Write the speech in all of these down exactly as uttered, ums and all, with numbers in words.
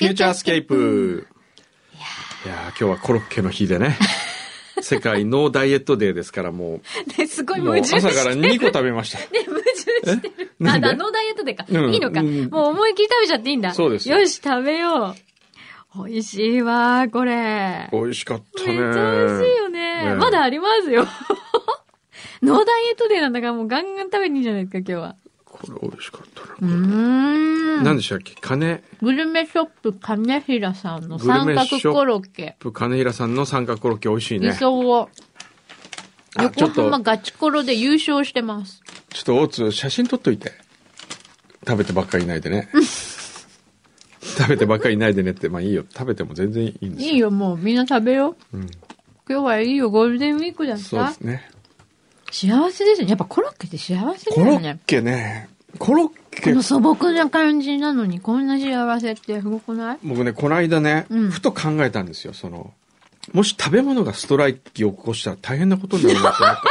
フューチャースケープ。いやー、今日はコロッケの日でね。世界ノーダイエットデーですからもう。 ね、すごい矛盾してる。 もう朝からにこ食べました。 ね、矛盾してる。あ、だ、ノーダイエットデーか。うん、いいのか、うん。もう思いっきり食べちゃっていいんだ。 そうですよ。よし、食べよう。美味しいわ、これ。 美味しかったね。 めっちゃ美味しいよね。ね、まだありますよ。ノーダイエットデーなんだからもうガンガン食べにいいじゃないですか、今日は。 これ美味しかったな。 うーん。 何でしたっけ、金。 グルメショップ金平さんの三角コロッケ。グルメショップ金平さんの三角コロッケ美味しいね。 理想を。横浜ガチコロで優勝してます。 ちょっと大津写真撮っといて。食べてばっかりいないでね。食べてばっかりいないでねって、まあいいよ。食べても全然いいんですよ。 いいよ、もうみんな食べよう。うん、今日はいいよ、ゴールデンウィークだった。 そうですね。 幸せですよね。やっぱコロッケって幸せだよね。 コロッケね。コロッケ。 この素朴な感じなのにこんな幸せってすごくない？ 僕ね、この間ね、うん、ふと考えたんですよ。その、もし食べ物がストライキを起こしたら大変なことになるなって思った。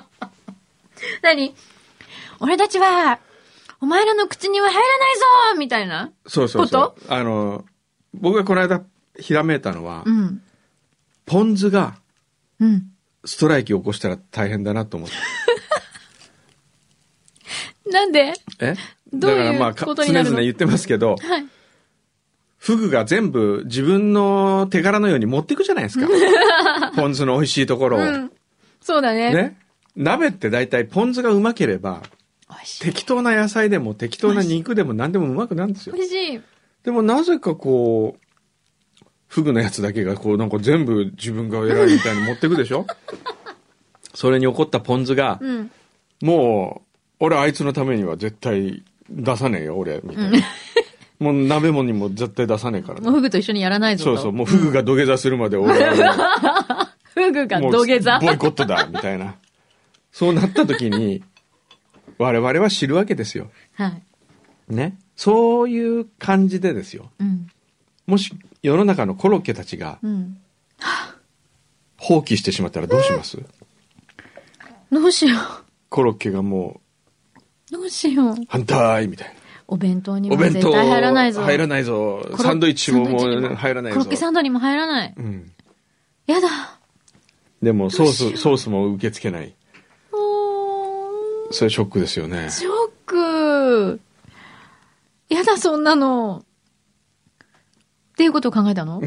何？俺たちは、お前らの口には入らないぞみたいなそうそうそう。あの、僕がこの間ひらめいたのは、うん、ポン酢が、ストライキを起こしたら大変だなと思って。 なんで？ え？ どういうことになるの？ だからまあ、常々言ってますけど、はい、フグが全部自分の手柄のように持っていくじゃないですか。ポン酢の美味しいところを。うん、 そうだね。 ね。鍋って大体ポン酢がうまければ、適当な野菜でも適当な肉でも何でもうまくなるんですよ。 美味しい。 でもなぜかこう、フグのやつだけがこうなんか全部自分が偉いみたいに持っていくでしょ。それに起こったポン酢が、うん、もう、俺あいつのためには絶対出さねえよ、俺、みたいな。もう鍋もにも絶対出さねえから、ね。 もうフグと一緒にやらないぞ。 そうそう、もうフグが土下座するまで俺は、 フグが土下座ボイコットだ、みたいな。そうなった時に、我々は知るわけですよ。 はい。 ね。そういう感じでですよ。うん、もし世の中のコロッケたちが、うん、放棄してしまったらどうします？ どうしよう。 コロッケがもう、どうしよう。 反対みたいな。 お弁当にも絶対入らないぞ。 入らないぞ。サンドイッチももう入らないぞ。 コロッケサンドにも入らない。うん。やだ。 でもソース、ソースも受け付けない。それショックですよね。 ショック。やだ、そんなの。っていうことを考えたの？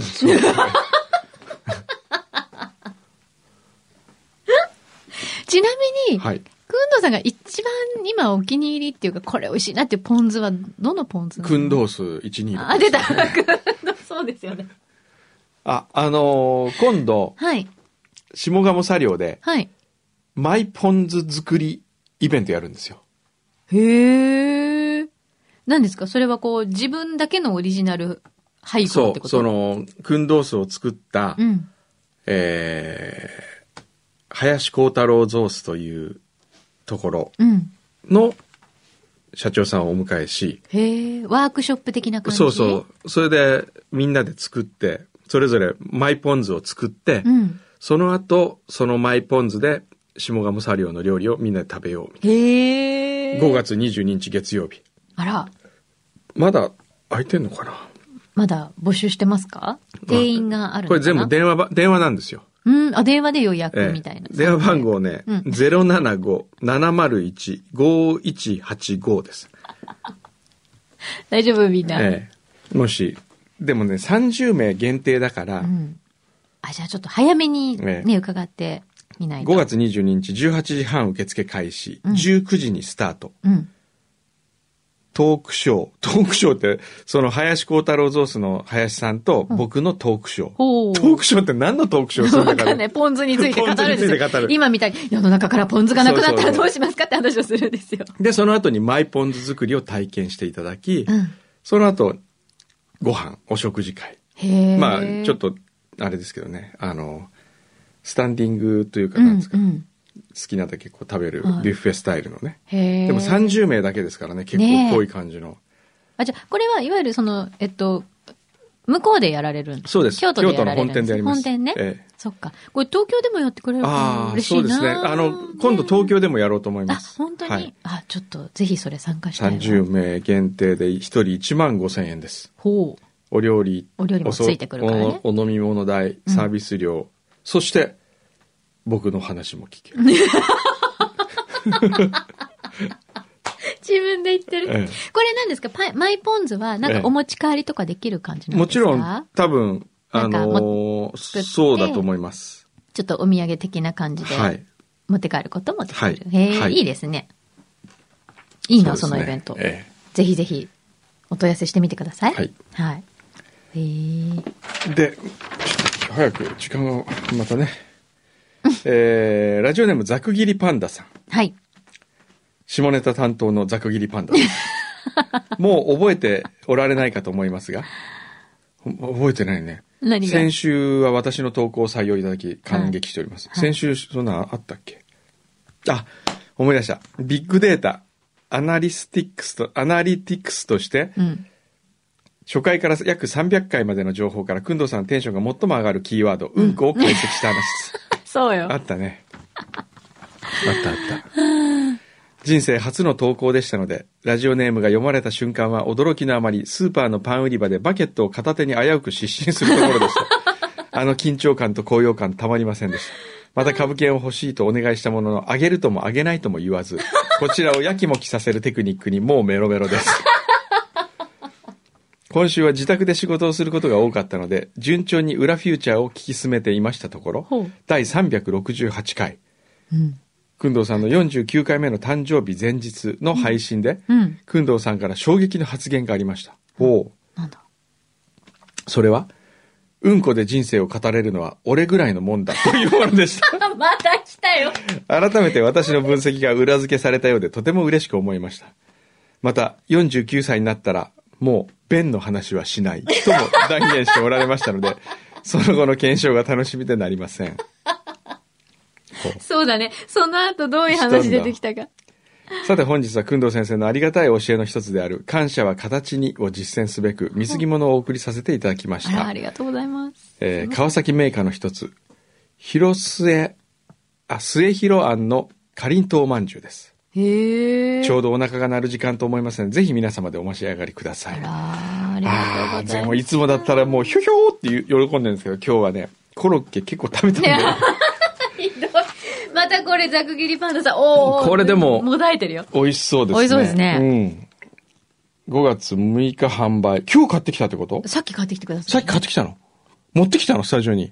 ちなみに、はい、くんどうさんが一番今お気に入りっていうか、これ美味しいなっていうポン酢はどのポン酢なの？ くんどうすいちにーろく。 あ、出た。そうですよね。 あ、あのー、今度、はい、下鴨茶寮で、はい、マイポン酢作りイベントやるんですよ。 へー。何ですか？それはこう、自分だけのオリジナル配合ってこと？ そう、その、くんどうすを作った、うん、えー、林光太郎ゾースというところの社長さんをお迎えし、 うん、へー、ワークショップ的な感じ？ そうそう。それでみんなで作って、それぞれマイポン酢を作って、うん、その後、そのマイポン酢で、下鴨茶寮の料理をみんなで食べようみたいな。へー。ごがつにじゅうににち月曜日。あら。まだ空いてんのかな？ まだ募集してますか？定員があるのかな？ これ全部電話ば、電話なんですよ。 うん、あ、電話で予約みたいな。 えー、電話番号ね、うん、ゼロななご ななまるいち ごいちはちご です。 大丈夫みんな。 えー、もし、でもね、さんじゅうめい限定だから。うん、 あ、じゃあちょっと早めにね、えー、伺って。 ごがつにじゅうににちじゅうはちじはん受付開始、うん、じゅうくじにスタート、うん、トークショートークショーってその林光太郎ゾースの林さんと僕のトークショー、うん、トークショーって何のトークショーするんだからね、ポン酢について語るんですよ。今みたいに世の中からポン酢がなくなったらどうしますかって話をするんですよ。 でその後にマイポン酢作りを体験していただき、うん、その後ご飯お食事会、へー、まあちょっとあれですけどね、あのスタンディングというかなんですか、うんうん、好きなだけこう食べるビュッフェスタイルのね、はい、でもさんじゅうめいだけですからね、結構濃い感じの、ね、 あ、じゃあこれはいわゆるそのえっと向こうでやられるんです。 そうです。 京都でやられるんです。 京都の本店でやります。 本店ね。 ええ、 そっか。これ東京でもやってくれると嬉しいな。 ああ、そうですね。あの、今度東京でもやろうと思います。 あ、本当に、はい、あ、ちょっとぜひそれ参加したいな。 さんじゅうめい限定でひとりいちまんごせんえんです。 ほう。 お料理。 お料理もついてくるからね。 お, お飲み物代、サービス料、うん、そして、僕の話も聞ける。 自分で言ってる。ええ、これ何ですか？パイマイポン酢はなんかお持ち帰りとかできる感じなんですか？ もちろん、多分、あのー、そうだと思います。 ちょっとお土産的な感じで持って帰ることもできる。はい、へえ、はい、いいですね。いいな、 そ,、ね、そのイベント、ええ。ぜひぜひお問い合わせしてみてください。はい。はい。へえ。 で、早く時間がまたね。えー、ラジオネームざく切りパンダさん。 はい。 下ネタ担当のざく切りパンダさん。もう覚えておられないかと思いますが。覚えてないね。 何が？ 先週は私の投稿を採用いただき感激しております。はい、先週そんなあったっけ？あ、思い出した。ビッグデータ、アナリスティックスと、アナリティクスとして、うん、初回から約さんびゃっかいまでの情報から、くんどうさんのテンションが最も上がるキーワード、うん、うんこを解析した話です。 そうよ。 あったね。あったあった。人生初の投稿でしたので、ラジオネームが読まれた瞬間は驚きのあまり、スーパーのパン売り場でバケットを片手に危うく失神するところでした。あの緊張感と高揚感たまりませんでした。また株券を欲しいとお願いしたものの、あげるともあげないとも言わず、こちらをやきもきさせるテクニックにもうメロメロです。今週は自宅で仕事をすることが多かったので、順調に裏フューチャーを聞き進めていましたところ、だいさんびゃくろくじゅうはちかい、うん、くんどうさんのよんじゅうきゅうかいめの誕生日前日の配信で、うんうん、くんどうさんから衝撃の発言がありました。おう、 なんだ。 それは、うんこで人生を語れるのは俺ぐらいのもんだというものでした。 また来たよ。 改めて私の分析が裏付けされたようでとても嬉しく思いました。またよんじゅうきゅうさいになったらもう便の話はしないとも断言しておられましたので、その後の検証が楽しみでなりません。 そうだね。その後どういう話出てきたか。 さて本日はくんどう先生のありがたい教えの一つである感謝は形にを実践すべく水着物をお送りさせていただきました。 あ, ありがとうございます、 えー、川崎メーカーの一つ広末あ末広庵のかりんとうまんじゅうです。 へちょうどお腹が鳴る時間と思いますので、ぜひ皆様でお召し上がりください。 あありがとうございます。 でもいつもだったらもうひょひょーって喜んでるんですけど、今日はねコロッケ結構食べたんでひどい。またこれざく切りパンダさん、おー、 これでももだえてるよ。 美味しそうですね。 美味しそうですね。 うん。ごがつむいか販売。今日買ってきたってこと？ さっき買ってきてください。 さっき買ってきたの？持ってきたのスタジオに。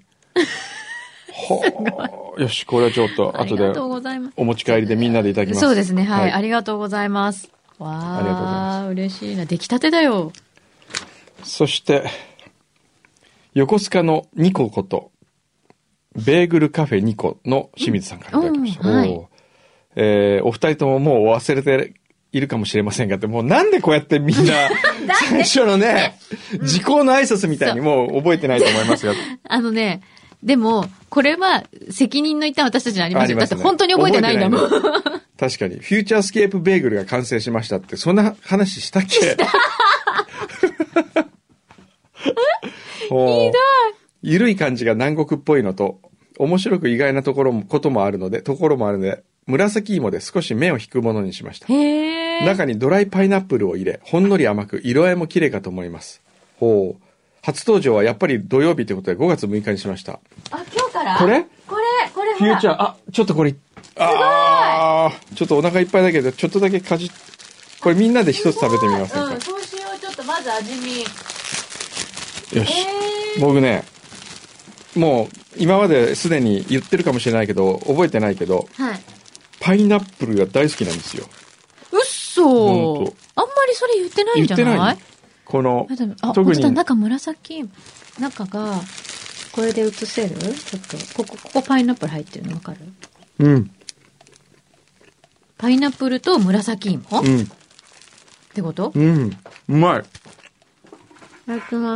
はあ。よし、これはちょっと後でお持ち帰りでみんなでいただきます。 そうですね、はい。はい、ありがとうございます。わあ、ありがとうございます。嬉しいな。出来たてだよ。 そして、横須賀のニコこと、ベーグルカフェニコの清水さんからいただきました。うんはい、お, えー、お二人とももう忘れているかもしれませんがって、もうなんでこうやってみんな最初のね、時効の挨拶みたいにもう覚えてないと思いますよ。 あのね、でも、これは責任の一端私たちにありますよ。だって本当に覚えてないんだもん。 確かに。フューチャースケープベーグルが完成しましたって、そんな話したっけ？ひどい。 ゆるい感じが南国っぽいのと、面白く意外なところも、こともあるので、ところもあるので、紫芋で少し目を引くものにしました。 へー。 中にドライパイナップルを入れ、ほんのり甘く、色合いも綺麗かと思います。ほう。初登場はやっぱり土曜日ということでごがつむいかにしました。 あ、今日から？ これ？ これ、これフューチャー、あ、ちょっとこれ、あー、ちょっとお腹いっぱいだけど、ちょっとだけかじっ、これみんなで一つ食べてみませんか？ うん、そうしよう。ちょっとまず味見。 よし。僕ね、もう今まですでに言ってるかもしれないけど、覚えてないけど、 はい、 パイナップルが大好きなんですよ。 うっそー。あんまりそれ言ってないんじゃない？言ってない。 この、 あ、特に中紫、中が、これで映せる？ちょっと、ここ、ここパイナップル入ってるのわかる？ うん。 パイナップルと紫芋？うん。ってこと？ うん。うまい。いただきます。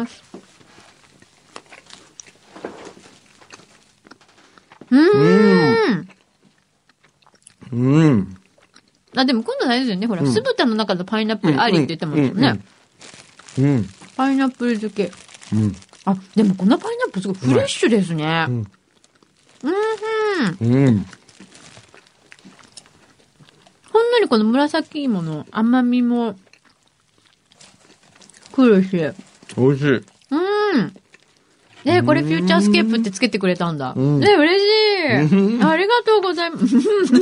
うーん。 うん。 あ、でも今度あれですよね。ほら、酢豚の中のパイナップルありって言ってますもんね。 うん。 パイナップル漬け。 うん。 あ、でもこのパイナップルすごいフレッシュですね。うん。うん。うん。ほんのりこの紫芋の甘みも来るし。 美味しい。 うん。え、これフューチャースケープってつけてくれたんだ。うん、え、嬉しい。ありがとうございます。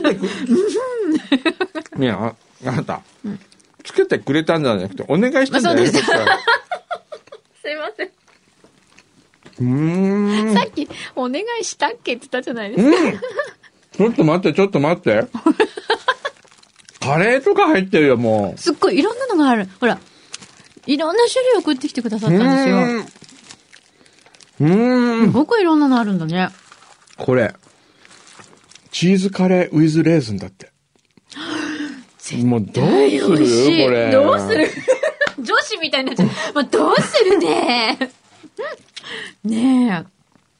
ねえ、あ、あなた、うん、つけてくれたんじゃなくて、お願いしたんじゃないですか。 すいません。 うーん。 さっき、お願いしたっけって言ったじゃないですか。うん、 ちょっと待って、ちょっと待って。カレーとか入ってるよ、もう。 すっごいいろんなのがある。ほら、いろんな種類送ってきてくださったんですよ。 うーん。 すごくいろんなのあるんだね。 これ、チーズカレーウィズレーズンだって。もうどうするこれ。 どうする女子みたいになっちゃう。まあ、どうするね。ねえ。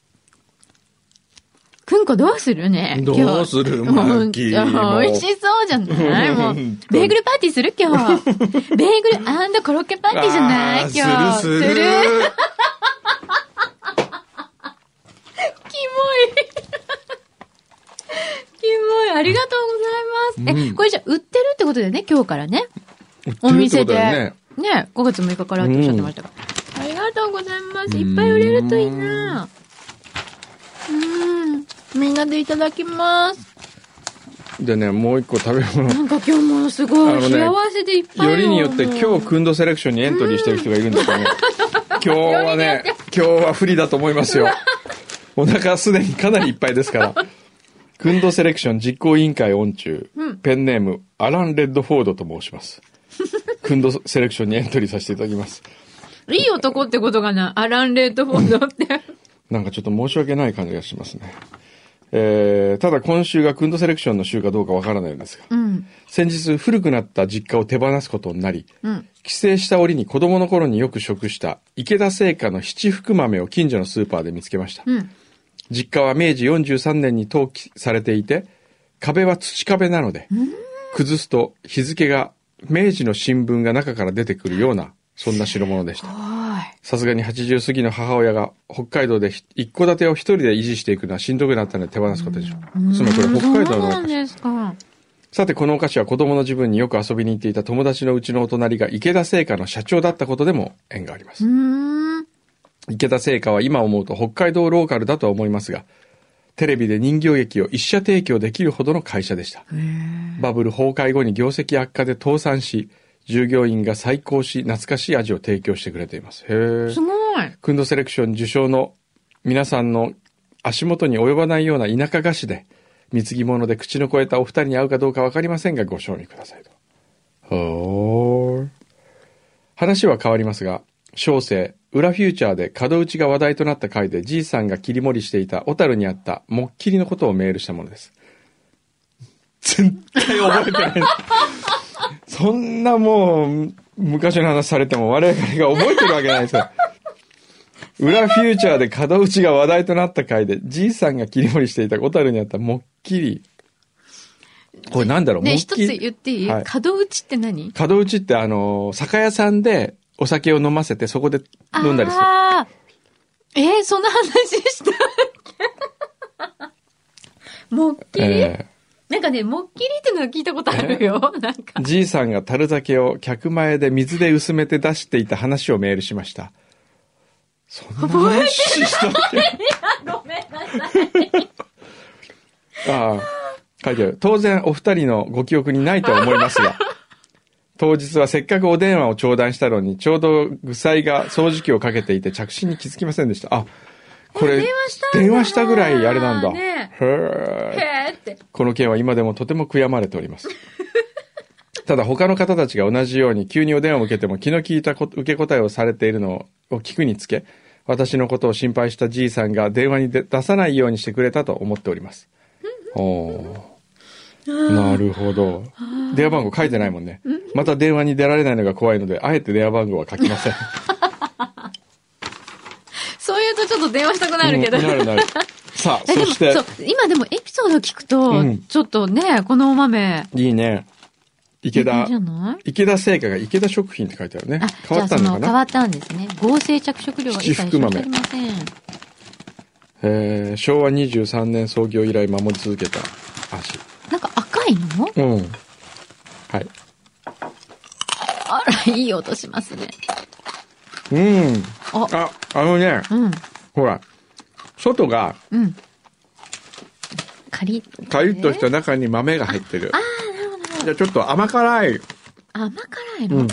くんこどうするね。 どうするマッキー。 美味しそうじゃないもう。ベーグルパーティーする今日。ベーグル&コロッケパーティーじゃない今日。 するする。するキモい。キモい。ありがとうございます。うん、え、これじゃ売ってるってことだよね、今日からね。お店で。ね, ね、ごがつむいかからっておっしゃってましたから。うん、ありがとうございます。いっぱい売れるといいな。うん。みんなでいただきます。 でね、もう一個食べ物。 なんか今日もすごい、ね、幸せでいっぱい。 よりによって今日クンドセレクションにエントリーしてる人がいるんですよね。今日はね、今日は不利だと思いますよ。お腹すでにかなりいっぱいですから。クンドセレクション実行委員会オン中、うん、ペンネームアラン・レッドフォードと申します。クンドセレクションにエントリーさせていただきます。 いい男ってことかな、アラン・レッドフォードって。 なんかちょっと申し訳ない感じがしますね。えー、ただ今週がクンドセレクションの週かどうかわからないんですが、うん、先日古くなった実家を手放すことになり、うん、帰省した折に子供の頃によく食した池田製菓の七福豆を近所のスーパーで見つけました。うん、実家は明治よんじゅうさんねんに登記されていて、壁は土壁なので、崩すと日付が明治の新聞が中から出てくるような、そんな代物でした。さすがにはちじゅう過ぎの母親が北海道で一戸建てを一人で維持していくのはしんどくなったので手放すことでしょう。つまりこれ北海道のお菓子。さてこのお菓子は子供の自分によく遊びに行っていた友達のうちのお隣が池田製菓の社長だったことでも縁があります。池田製菓は今思うと北海道ローカルだとは思いますが、テレビで人形劇を一社提供できるほどの会社でした。バブル崩壊後に業績悪化で倒産し、従業員が再興し懐かしい味を提供してくれています。へー。 すごい。 クンドセレクション受賞の皆さんの足元に及ばないような田舎菓子で、貢ぎ物で口の肥えたお二人に合うかどうかわかりませんがご賞味くださいと。ほー。話は変わりますが、小生、裏フューチャーで角打ちが話題となった回でじいさんが切り盛りしていた小樽にあったもっきりのことをメールしたものです。絶対覚えてない。そんなもう昔の話されても我々が覚えてるわけないですよ。裏フューチャーで角打ちが話題となった回でじいさんが切り盛りしていた小樽にあったもっきり。これなんだろう、 ね、一つ言っていい、はい、角打ちって何？ 角打ちってあの酒屋さんでお酒を飲ませてそこで飲んだりする。ああ。 えー、そんな話したっけ？もっきり、えー、なんかね、もっきりってのは聞いたことあるよ。なんか。 じいさんが樽酒を客前で水で薄めて出していた話をメールしました。そんな話したっけ？ ごめんなさい。 ああ、書いてある。当然お二人のご記憶にないとは思いますが。当日はせっかくお電話を頂戴したのに、ちょうど具材が掃除機をかけていて着信に気づきませんでした。あ、これ、電話した、電話したぐらいあれなんだ。ね、へー。へーって。この件は今でもとても悔やまれております。ただ他の方たちが同じように急にお電話を受けても気の利いた受け答えをされているのを聞くにつけ、私のことを心配したじいさんが電話に出さないようにしてくれたと思っております。おー。なるほど。電話番号書いてないもんね。また電話に出られないのが怖いので、あえて電話番号は書きません。 そういうとちょっと電話したくなるけど。 うん、なるなる。さあ、そして。そう、 今でもエピソードを聞くと、うん、ちょっとね、このお豆。 いいね。 池田、池田製菓が池田食品って書いてあるね。変わったのかな。 変わったんですね。合成着色料は一切使っておりません。 えー、しょうわにじゅうさんねん創業以来守り続けた味。 なんか赤いの？ うん。はい。 あら、いい音しますね。 うん。あ、あ、あのね、うん、ほら、外が、うん。 カリッと。 カリッとした中に豆が入ってる。 ああ、なるほど、なるほど。 じゃあちょっと甘辛い。 甘辛いの？うん。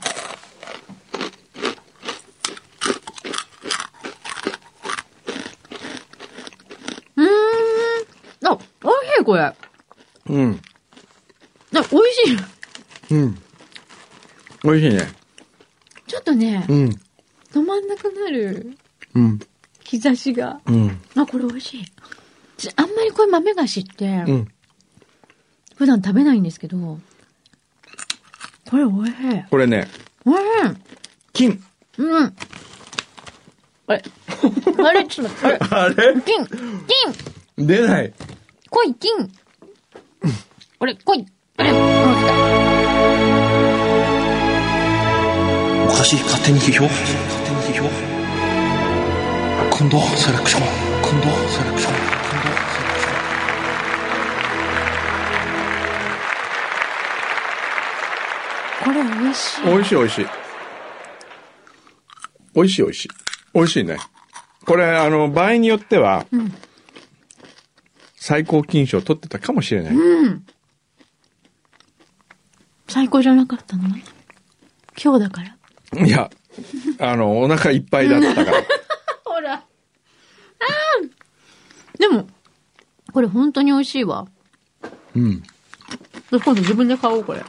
これ。 うん。 あ、美味しい。 うん。美味しいね。 ちょっとね、うん。止まんなくなる。うん。兆しが。うん。あ、これ美味しい。あんまりこういう豆菓子って、うん。普段食べないんですけど、これ美味しい。 これね。 美味しい。 金。 うん。あれあれちょっと、あれあれ金金出ない。 来い、金。あれ、来い。あれ、あ、来た。 おかしい、勝手に批評勝手に批評今度、セレクション。今度、セレクション。 これ、美味しい。 美味しい、美味しい。美味しい、美味しい。美味しいね。これ、あの、場合によっては、うん、最高金賞取ってたかもしれない。 うん。最高じゃなかったの？今日だから。 いや、あの、お腹いっぱいだったから。 ほら。あでも、これ本当に美味しいわ。うん。今度自分で買おう、これ。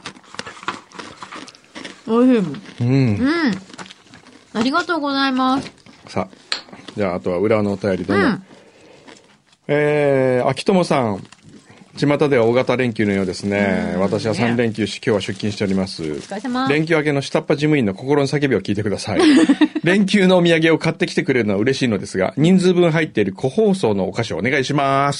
美味しいもん。うん。うん。ありがとうございます。 さあ、じゃあ、あとは裏のお便りどうぞ。うん、えー、秋友さん。巷では大型連休のようですね。私はさん連休し、今日は出勤しております。連休明けの下っ端事務員の心の叫びを聞いてください。連休のお土産を買ってきてくれるのは嬉しいのですが、人数分入っている個包装のお菓子をお願いします。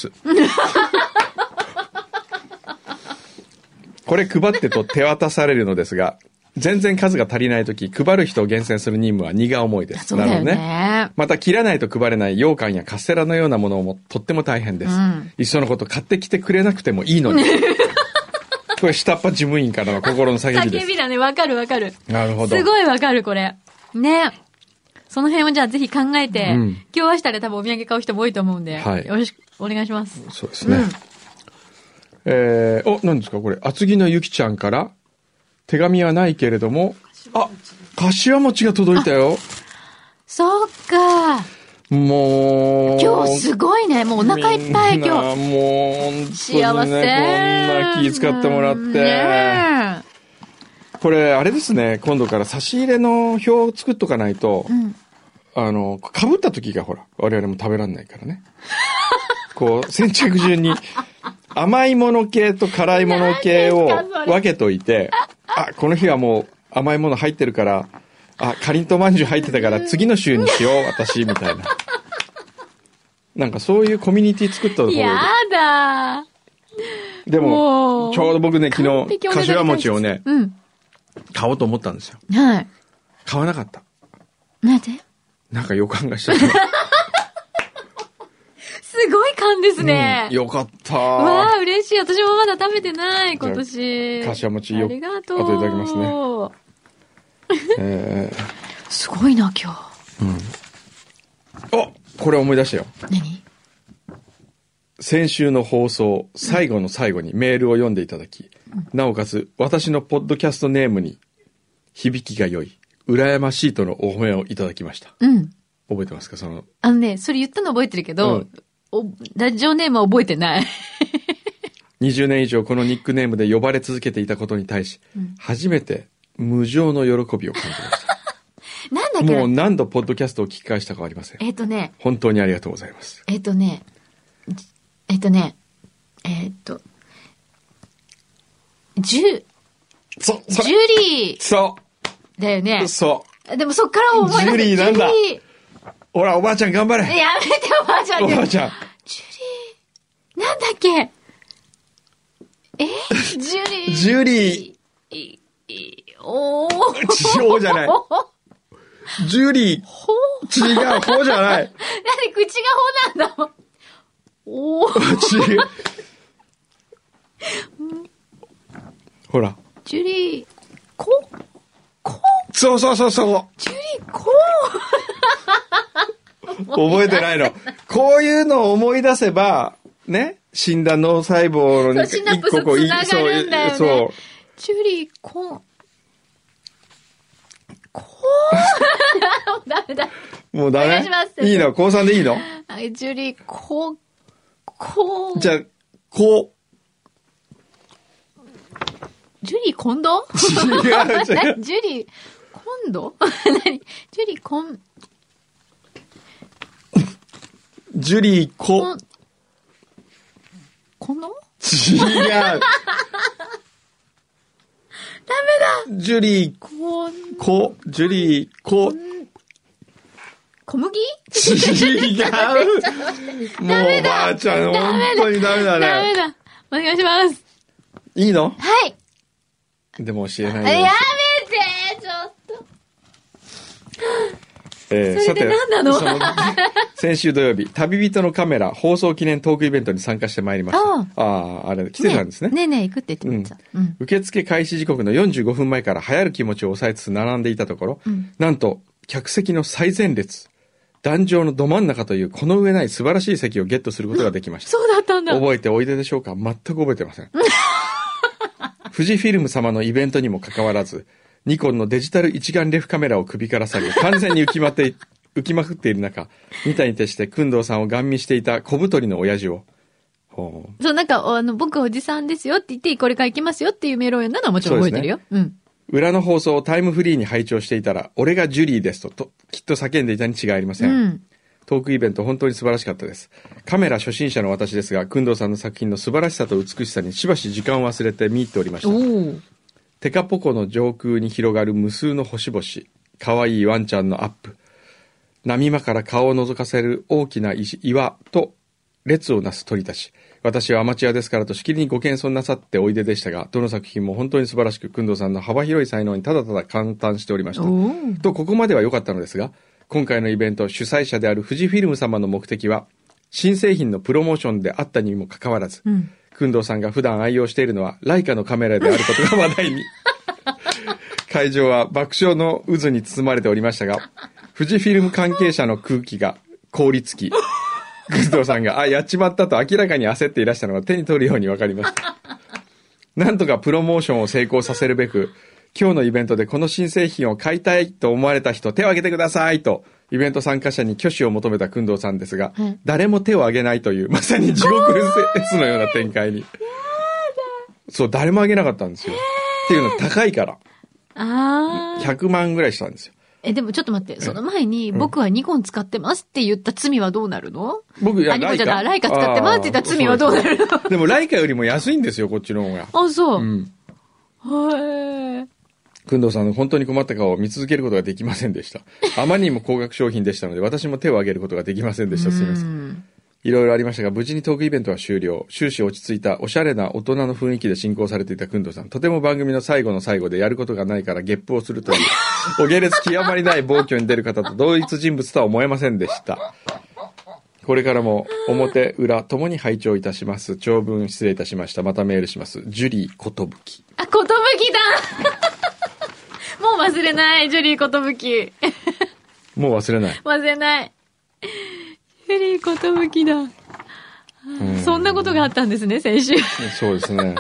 これ配ってと手渡されるのですが、全然数が足りないとき、配る人を厳選する任務は荷が重いです。 そうだよね。 なるほどね。また、切らないと配れない羊羹やカステラのようなものもとっても大変です。うん、いっそのこと買ってきてくれなくてもいいのに。これ、下っ端事務員からの心の叫びです。 叫びだね。わかるわかる。 なるほど。 すごいわかる、これ。ね。その辺をじゃあぜひ考えて、うん、今日明日で多分お土産買う人も多いと思うんで、はい、よろしくお願いします。 そうですね。うん、えー、お、何ですかこれ。厚木のゆきちゃんから、手紙はないけれども、あ、柏餅が届いたよ。 そっか。 もう。 今日すごいね。もうお腹いっぱい今日。 もう、本当にね、幸せ。こんな気使ってもらって。ね、これ、あれですね。今度から差し入れの表を作っとかないと、うん、あの、被った時がほら、我々も食べられないからね。こう、先着順に、甘いもの系と辛いもの系を分けといて、あ、この日はもう甘いもの入ってるから、あ、かりんとうまんじゅう入ってたから次の週にしよう、私、みたいな。なんかそういうコミュニティ作ったところで。 やだー。でも、もちょうど僕ね、昨日、柏餅をね、うん、買おうと思ったんですよ。 はい。 買わなかった。 なぜ？ なんか予感がしちゃった。 すごい感ですね。 うん、よかった。 わあ、嬉しい。私もまだ食べてない、今年。 柏餅よ。 ありがとう。 あといただきますね。えー、すごいな、今日。 うん。あ、これ思い出したよ。 何？ 先週の放送、最後の最後にメールを読んでいただき、うん、なおかつ、私のポッドキャストネームに、響きが良い、羨ましいとのお褒めをいただきました。 うん。 覚えてますかその。 あのね、それ言ったの覚えてるけど、うん、おラジオネームは覚えてない。 にじゅうねん以上このニックネームで呼ばれ続けていたことに対し、うん、初めて無上の喜びを感じました。 なんだっけもう何度ポッドキャストを聞き返したかありません。 えっとね。 本当にありがとうございます。 えっとね。えっとね。えっと。ジュ、 そ、 そジュリー。 そう。 だよね。 そう。 でもそっから思い出す。 ジュリーなんだ。ほら、おばあちゃん頑張れ。 やめておばあちゃん。 おばあちゃん。 ジュリー。なんだっけえジュリー。 ジュリー。 い、い、おー。 おじゃない。ジュリー。 ほ違う、ほじゃない。 なんで口がほなんだもん。おー。 違う。ほら。 ジュリー、こ、こそうそうそうそう。 ジュリー、こ覚えてないの。こういうのを思い出せば、ね、死んだ脳細胞のシナプスつながるんだよね。そう。そうジュリー、こ、こう。ダメだ。 もうダメ。 お願いします。 いいの？高さんでいいの？ ジュリー、こ、こ。 じゃあ、こう。 ジュリー、今度？ 違う違う。 ジュリー、今度？何？ジュリー、こん、 ジュリー、こ、 この？ 違う。ダメだ。 ジュリー、 こ、 こ、ジュリー、こ、 小麦？ 違う。もうおばあちゃん、本当にダメだね。 ダメだ。お願いします。 いいの？ はい。 でも教えないで。やめてちょっと。 えー、 それで何なの？ さて、先週土曜日、旅人のカメラ放送記念トークイベントに参加してまいりました。ああ、あれ、来てたんですね。 ねえねえ、行くって言ってました。 うん。受付開始時刻のよんじゅうごふんまえから流行る気持ちを抑えつつ並んでいたところ、うん、なんと、客席の最前列、壇上のど真ん中というこの上ない素晴らしい席をゲットすることができました。 そうだったんだ。 覚えておいででしょうか？全く覚えてません。富士フィルム様のイベントにもかかわらず、ニコンのデジタル一眼レフカメラを首から下げ、完全に浮きまって、浮きまくっている中、ニタに徹して、工藤さんをガン見していた小太りの親父を。 ほう。そう、なんか、あの、僕おじさんですよって言って、これから行きますよっていうメールを読んだのはもちろん覚えてるよ。うね、うん。 裏の放送をタイムフリーに拝聴していたら、俺がジュリーですと、と、きっと叫んでいたに違いありません。うん。トークイベント本当に素晴らしかったです。カメラ初心者の私ですが、工藤さんの作品の素晴らしさと美しさにしばし時間を忘れて見入っておりました。テカポコの上空に広がる無数の星々、可愛いワンちゃんのアップ、波間から顔を覗かせる大きな石岩と列をなす鳥たち。私はアマチュアですからとしきりにご謙遜なさっておいででしたが、どの作品も本当に素晴らしく、工藤さんの幅広い才能にただただ感嘆しておりました。と、ここまでは良かったのですが、今回のイベント主催者である富士フィルム様の目的は新製品のプロモーションであったにもかかわらず、うん、工藤さんが普段愛用しているのはライカのカメラであることが話題に会場は爆笑の渦に包まれておりましたが、富士フィルム関係者の空気が凍りつき、工藤さんがあやっちまったと明らかに焦っていらしたのが手に取るように分かりました。なんとかプロモーションを成功させるべく、今日のイベントでこの新製品を買いたいと思われた人手を挙げてくださいとイベント参加者に挙手を求めた工藤さんですが、うん、誰も手を挙げないというまさに地獄フェスのような展開に。そう、誰も挙げなかったんですよ。っていうの高いから。 あひゃくまんぐらいしたんですよ。 え、でもちょっと待って、その前に、僕はニコン使ってますって言った罪はどうなるの？ 僕、いや、 あ、ニコンじゃない、ライカ使ってますって言った罪はどうなるの？ でもライカよりも安いんですよ、こっちの方が。 あ、そう。 うん。 はい。 工藤さんの本当に困った顔を見続けることができませんでした。あまりにも高額商品でしたので、私も手を挙げることができませんでした。すみません。いろいろありましたが、無事にトークイベントは終了。終始落ち着いたおしゃれな大人の雰囲気で進行されていた工藤さん。とても番組の最後の最後でやることがないからゲップをするという、お下劣極まりない暴挙に出る方と同一人物とは思えませんでした。これからも表裏ともに拝聴いたします。長文失礼いたしました。またメールします。ジュリーことぶき。 あ、ことぶきだもう忘れない、ジュリーことぶき。 もう忘れない。 忘れない。ジュリーことぶきだ。そんなことがあったんですね、先週。 そうですね。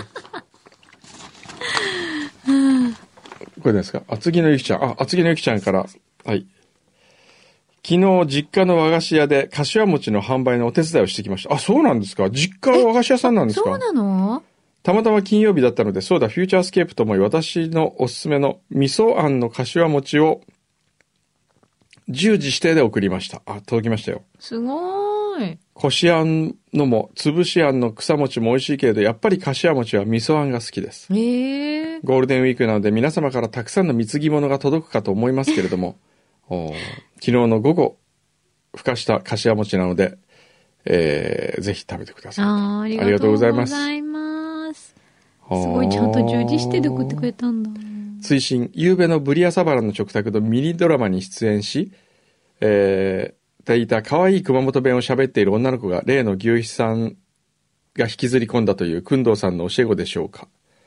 これですか？厚木のゆきちゃん。あ、厚木のゆきちゃんから。はい。昨日、実家の和菓子屋で柏餅の販売のお手伝いをしてきました。あ、そうなんですか？実家は和菓子屋さんなんですか？ そうなの？ たまたま金曜日だったので、そうだ、フューチャースケープと思い、私のおすすめの味噌あんの柏餅をじゅうじ指定で送りました。あ、届きましたよ。 すごーい。 こしあんのも、つぶしあんの草餅も美味しいけれど、やっぱり柏餅は味噌あんが好きです。 へー。 ゴールデンウィークなので、皆様からたくさんの貢ぎ物が届くかと思いますけれども、お昨日の午後、ふかした柏餅なので、えー、ぜひ食べてください。 あ、ありがとうございます。 ごいちゃんと充実してて送ってくれたんだ。 追伸、夕べのブリアサバラの食卓のミニドラマに出演し、えー、ていた可愛い熊本弁を喋っている女の子が例の牛肥さんが引きずり込んだという工藤さんの教え子でしょうか。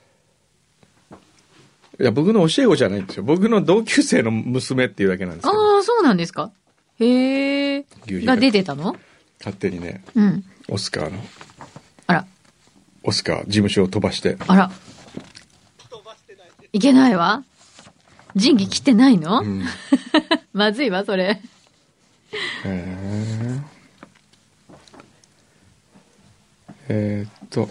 いや、僕の教え子じゃないんですよ。僕の同級生の娘っていうだけなんですけど。 ああ、そうなんですか。へえ。が出てたの？ 勝手にね、 うん、 オスカーの。 あら。 オスカー、事務所を飛ばして。 あら。いけないわ。仁義切ってないの？うん、まずいわ、それ。 へー。えー、っと。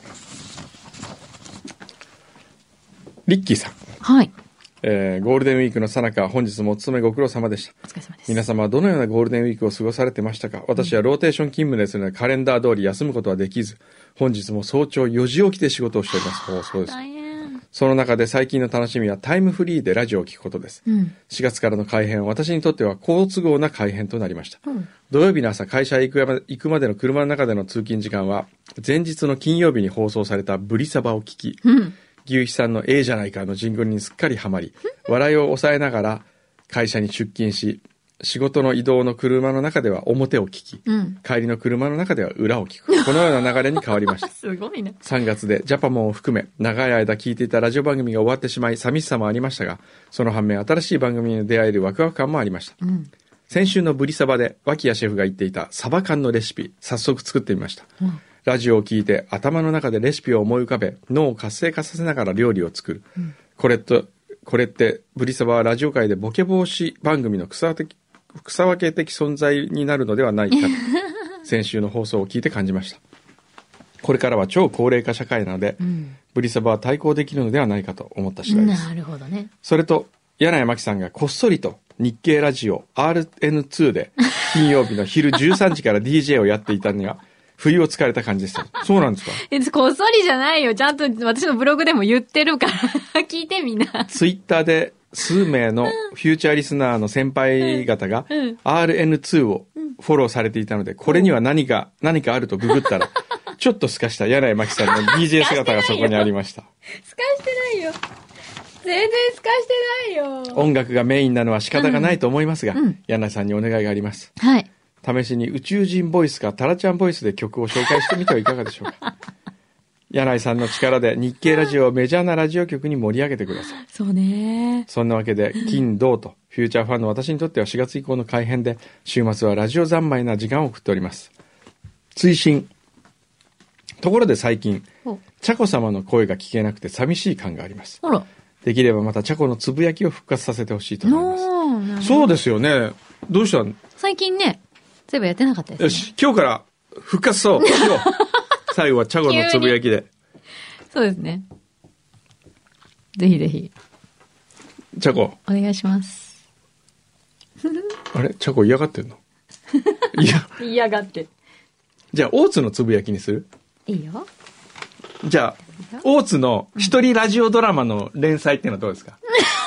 リッキーさん。 はい。 えー、ゴールデンウィークの最中、本日もお勤めご苦労様でした。 お疲れ様です。 皆様はどのようなゴールデンウィークを過ごされてましたか？私はローテーション勤務ですので、カレンダー通り休むことはできず、本日も早朝よじ起きで仕事をしております。おそうです。 大変。 その中で最近の楽しみはタイムフリーでラジオを聞くことです。うん、しがつからの改編は私にとっては好都合な改編となりました。うん、土曜日の朝、会社へ行くまで、行くまでの車の中での通勤時間は、前日の金曜日に放送されたブリサバを聞き、うん牛肥さんのええじゃないかのジングルにすっかりハマり、笑いを抑えながら会社に出勤し、仕事の移動の車の中では表を聞き、うん、帰りの車の中では裏を聞く。このような流れに変わりました。 すごいね。 さんがつでジャパモンを含め、長い間聞いていたラジオ番組が終わってしまい、寂しさもありましたが、その反面新しい番組に出会えるワクワク感もありました。うん、先週のブリサバで脇谷シェフが言っていたサバ缶のレシピ、早速作ってみました。うんラジオを聞いて頭の中でレシピを思い浮かべ脳を活性化させながら料理を作る、うん、これとこれってブリサバはラジオ界でボケ防止番組の草分け草分け的存在になるのではないかと先週の放送を聞いて感じました。これからは超高齢化社会なので、うん、ブリサバは対抗できるのではないかと思った次第です。 なるほどね。 それと柳井真紀さんがこっそりと日経ラジオ アールエヌツー で金曜日の昼じゅうさんじから ディージェー をやっていたには不意をつかれた感じでした。そうなんですか？ え、こっそりじゃないよ。ちゃんと私のブログでも言ってるから聞いてみんな。 ツイッターで数名のフューチャーリスナーの先輩方が アールエヌツー をフォローされていたので、これには何か何かあるとググったらちょっと透かした柳井真紀さんの ディージェー 姿がそこにありました。 透かしてないよ。全然透かしてないよ。 音楽がメインなのは仕方がないと思いますが、うんうん、柳井さんにお願いがあります。 はい。 試しに宇宙人ボイスかタラちゃんボイスで曲を紹介してみてはいかがでしょうか。柳井さんの力で日経ラジオをメジャーなラジオ局に盛り上げてください。 そうね。 そんなわけで金土とフューチャーファンの私にとってはしがつ以降の改編で週末はラジオ三昧な時間を送っております。追伸。ところで最近茶子様の声が聞けなくて寂しい感があります。 あら。 できればまた茶子のつぶやきを復活させてほしいと思います。そうですよね。どうしたん？ 最近ね。そういえばやってなかったですね。 よし、今日から復活そうしよう。最後はチャゴのつぶやきで。 そうですね。ぜひぜひ。 チャゴ。 お願いします。 あれチャゴ嫌がってんの？いや。 嫌がって。 じゃあ、大津のつぶやきにする？ いいよ。 じゃあ、大津の一人ラジオドラマの連載っていうのはどうですか？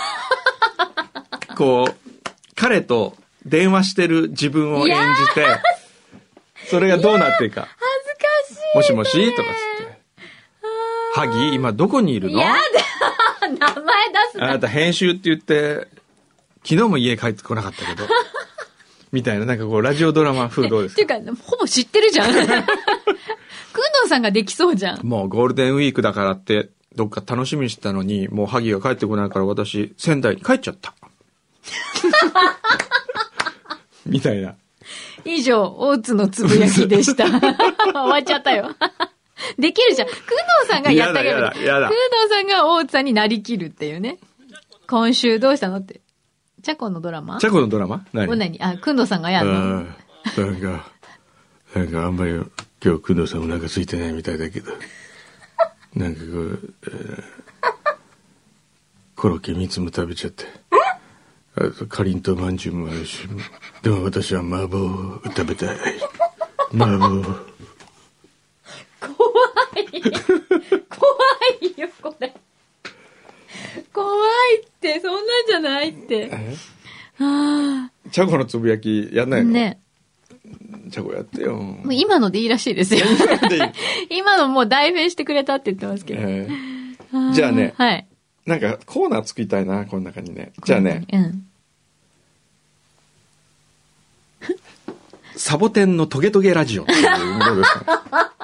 こう、彼と電話してる自分を演じて、それがどうなっていくか。 恥ずかしい。 もしもしとかつって。ハギ今どこにいるの？ やだ名前出すな。 あなた編集って言って、昨日も家帰ってこなかったけど。みたいな、なんかこう、ラジオドラマ風どうですか？ っていうか、ほぼ知ってるじゃん。くんどうさんができそうじゃん。 もうゴールデンウィークだからって、どっか楽しみにしてたのに、もうハギが帰ってこないから私、仙台に帰っちゃった。みたいな。 以上、大津のつぶやきでした。終わっちゃったよ。できるじゃん。くんどうさんがやってあげる。くんどうさんが大津さんになりきるっていうね。今週どうしたのって。チャコのドラマ？ チャコのドラマ？ 何？何？あ、くんどうさんがやるの？ なんか、なんかあんまり今日くんどうさんお腹空いてないみたいだけど、なんかこう、えー、コロッケみっつも食べちゃって。あとかりんとうまんじゅうもあるし、でも私は麻婆を食べたい。麻婆。 怖い。怖いよ、これ。怖いって、そんなんじゃないって。 はあ。チャコのつぶやきやんないの？ ね。 チャコやってよ。 もう今のでいいらしいですよ。今のもう代弁してくれたって言ってますけど。えーじゃあね、 はい。 なんかコーナー作りたいな、この中にね。じゃあね、うん、サボテンのトゲトゲラジオっていうどうですか？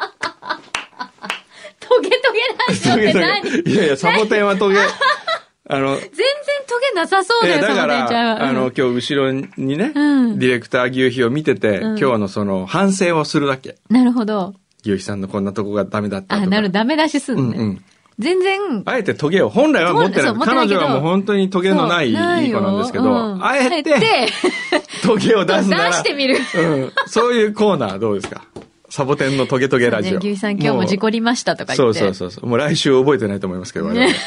トゲトゲラジオって何？ いやいや、サボテンはトゲ、あの、全然トゲなさそうだよ、 だから、うん、あの、今日後ろにね、うん、ディレクター牛皮を見てて、うん、今日のその反省をするわけ。 なるほど。 牛皮さんのこんなとこがダメだったとか。 あ、なる、ダメ出しすんね。うんうん、全然。 あえてトゲを、本来は持ってない。彼女はもう本当にトゲのないいい子なんですけど、うん、あえて、トゲを出すなら。 出してみる、 うん。そういうコーナーどうですか？サボテンのトゲトゲラジオ。 牛皮さん今日も事故りましたとか言って。 そうそうそう。もう来週覚えてないと思いますけど、我々。だ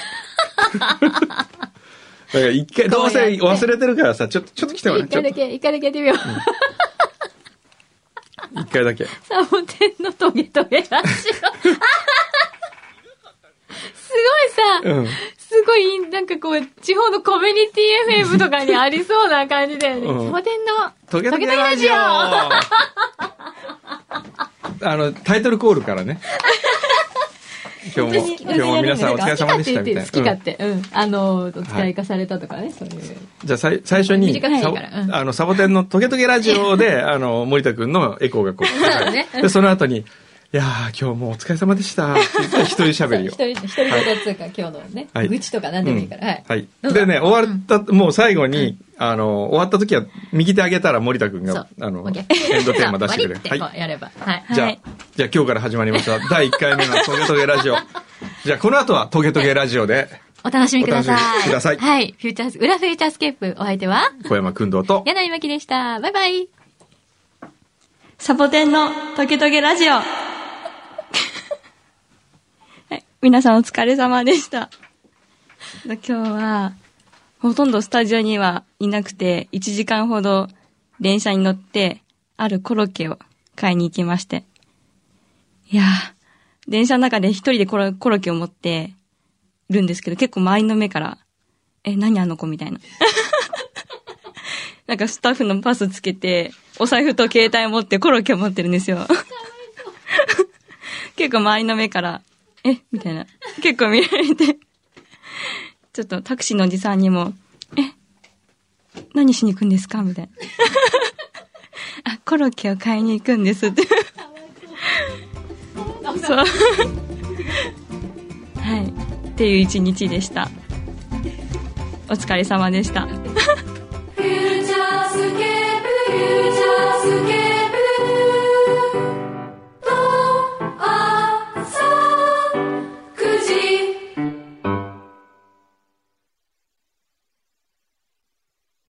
から一回、どうせ忘れてるからさ、ちょっと、ちょっと来てもらって。 一回だけ、一回だけやってみよう。 うん、一回だけ。 サボテンのトゲトゲラジオ。すごいさ、うん、すごい、なんかこう、地方のコミュニティ エフエム とかにありそうな感じだよね。うん、サボテンのトゲトゲラジオ。あの、タイトルコールからね。今日も、今日も皆さんお疲れ様でしたみたいな。 好き勝手。うん。あの、お使い化されたとかね、そういう。 じゃあ、最初に、あの、サボテンのトゲトゲラジオで、あの、森田くんのエコーがこう。そうね。で、その後に、いやー、今日もお疲れ様でした。一人喋るよ。 一人、一人言つうか、今日のね、愚痴とか何でもいいから。 はい。でね、終わった、もう最後に、あの、終わった時は、右手上げたら森田くんが、あの、エンドテーマ出してくれる。 はい。やれば。はい。 じゃあ、じゃあ今日から始まりました。だいいっかいめのトゲトゲラジオ。じゃあこの後はトゲトゲラジオで、 お楽しみください。 お楽しみください。 はい。フューチャー、裏フューチャースケープ、お相手は小山君堂と、 柳巻でした。バイバイ。 サボテンのトゲトゲラジオ。はい。皆さんお疲れ様でした。今日は、ほとんどスタジオにはいなくて、いちじかんほど電車に乗って、あるコロッケを買いに行きまして。いやー、電車の中で一人でコロ、コロッケを持ってるんですけど、結構周りの目から、え、何あの子みたいな。なんかスタッフのパスつけて、お財布と携帯を持ってコロッケを持ってるんですよ。結構周りの目から、えみたいな。結構見られて。ちょっとタクシーのおじさんにも、え何しに行くんですかみたいな。あ、コロッケを買いに行くんですって。そう。はい。っていう一日でした。お疲れ様でした。